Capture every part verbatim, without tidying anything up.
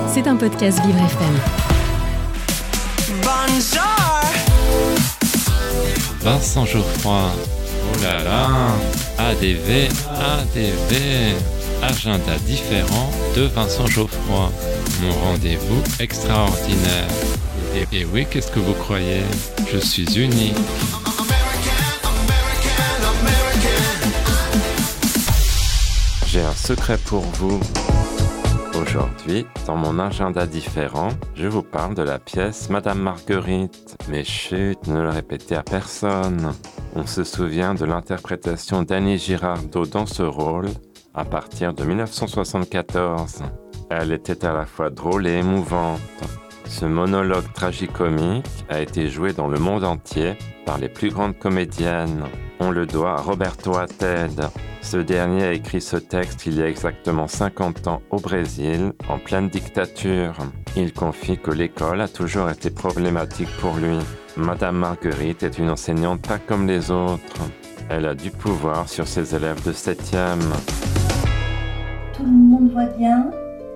C'est un podcast Vivre F M. Bonjour. Vincent Geoffroy. Oh là là. A D V, A D V. Agenda différent de Vincent Geoffroy. Mon rendez-vous extraordinaire. Et, et oui, qu'est-ce que vous croyez ? Je suis unique. J'ai un secret pour vous. Aujourd'hui, dans mon agenda différent, je vous parle de la pièce Madame Marguerite. Mais chut, ne le répétez à personne. On se souvient de l'interprétation d'Annie Girardot dans ce rôle à partir de dix-neuf cent soixante-quatorze. Elle était à la fois drôle et émouvante. Ce monologue tragicomique a été joué dans le monde entier par les plus grandes comédiennes. On le doit à Roberto Atted. Ce dernier a écrit ce texte il y a exactement cinquante ans au Brésil, en pleine dictature. Il confie que l'école a toujours été problématique pour lui. Madame Marguerite est une enseignante pas comme les autres. Elle a du pouvoir sur ses élèves de septième. Tout le monde voit bien.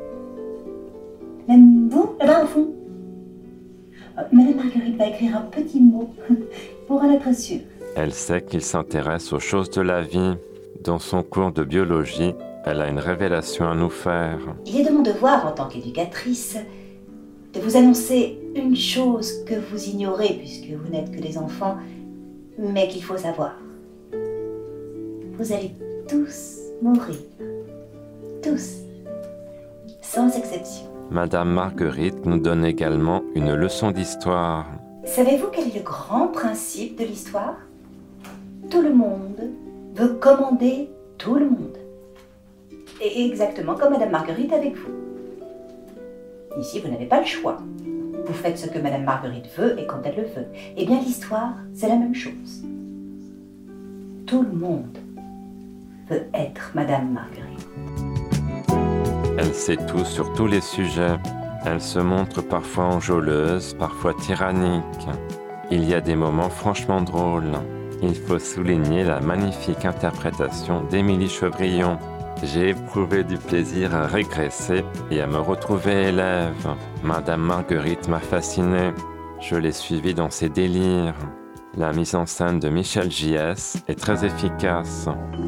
Même vous, là-bas au fond. Madame Marguerite va écrire un petit mot pour en être sûre. Elle sait qu'il s'intéresse aux choses de la vie. Dans son cours de biologie, elle a une révélation à nous faire. Il est de mon devoir en tant qu'éducatrice de vous annoncer une chose que vous ignorez puisque vous n'êtes que des enfants, mais qu'il faut savoir. Vous allez tous mourir. Tous. Sans exception. Madame Marguerite nous donne également une leçon d'histoire. Savez-vous quel est le grand principe de l'histoire ? Tout le monde veut commander tout le monde. Et exactement comme Madame Marguerite avec vous. Ici, vous n'avez pas le choix. Vous faites ce que Madame Marguerite veut et quand elle le veut. Eh bien, l'histoire, c'est la même chose. Tout le monde veut être Madame Marguerite. Elle sait tout sur tous les sujets. Elle se montre parfois enjôleuse, parfois tyrannique. Il y a des moments franchement drôles. Il faut souligner la magnifique interprétation d'Émilie Chevrillon. J'ai éprouvé du plaisir à régresser et à me retrouver élève. Madame Marguerite m'a fasciné. Je l'ai suivie dans ses délires. La mise en scène de Michel J S est très efficace.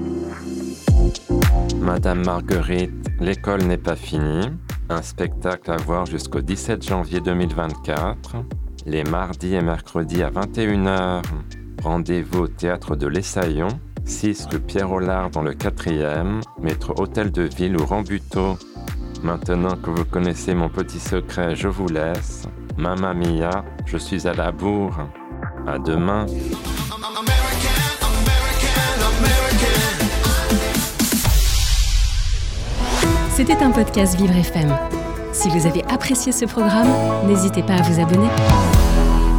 Madame Marguerite, l'école n'est pas finie. Un spectacle à voir jusqu'au dix-sept janvier deux mille vingt-quatre, les mardis et mercredis à vingt et une heures. Rendez-vous au Théâtre de l'Essaillon, six rue Pierre-Aulard dans le quatrième, métro Hôtel de Ville ou Rambuteau. Maintenant que vous connaissez mon petit secret, je vous laisse. Mamma mia, je suis à la bourre. À demain. C'était un podcast Vivre F M. Si vous avez apprécié ce programme, n'hésitez pas à vous abonner.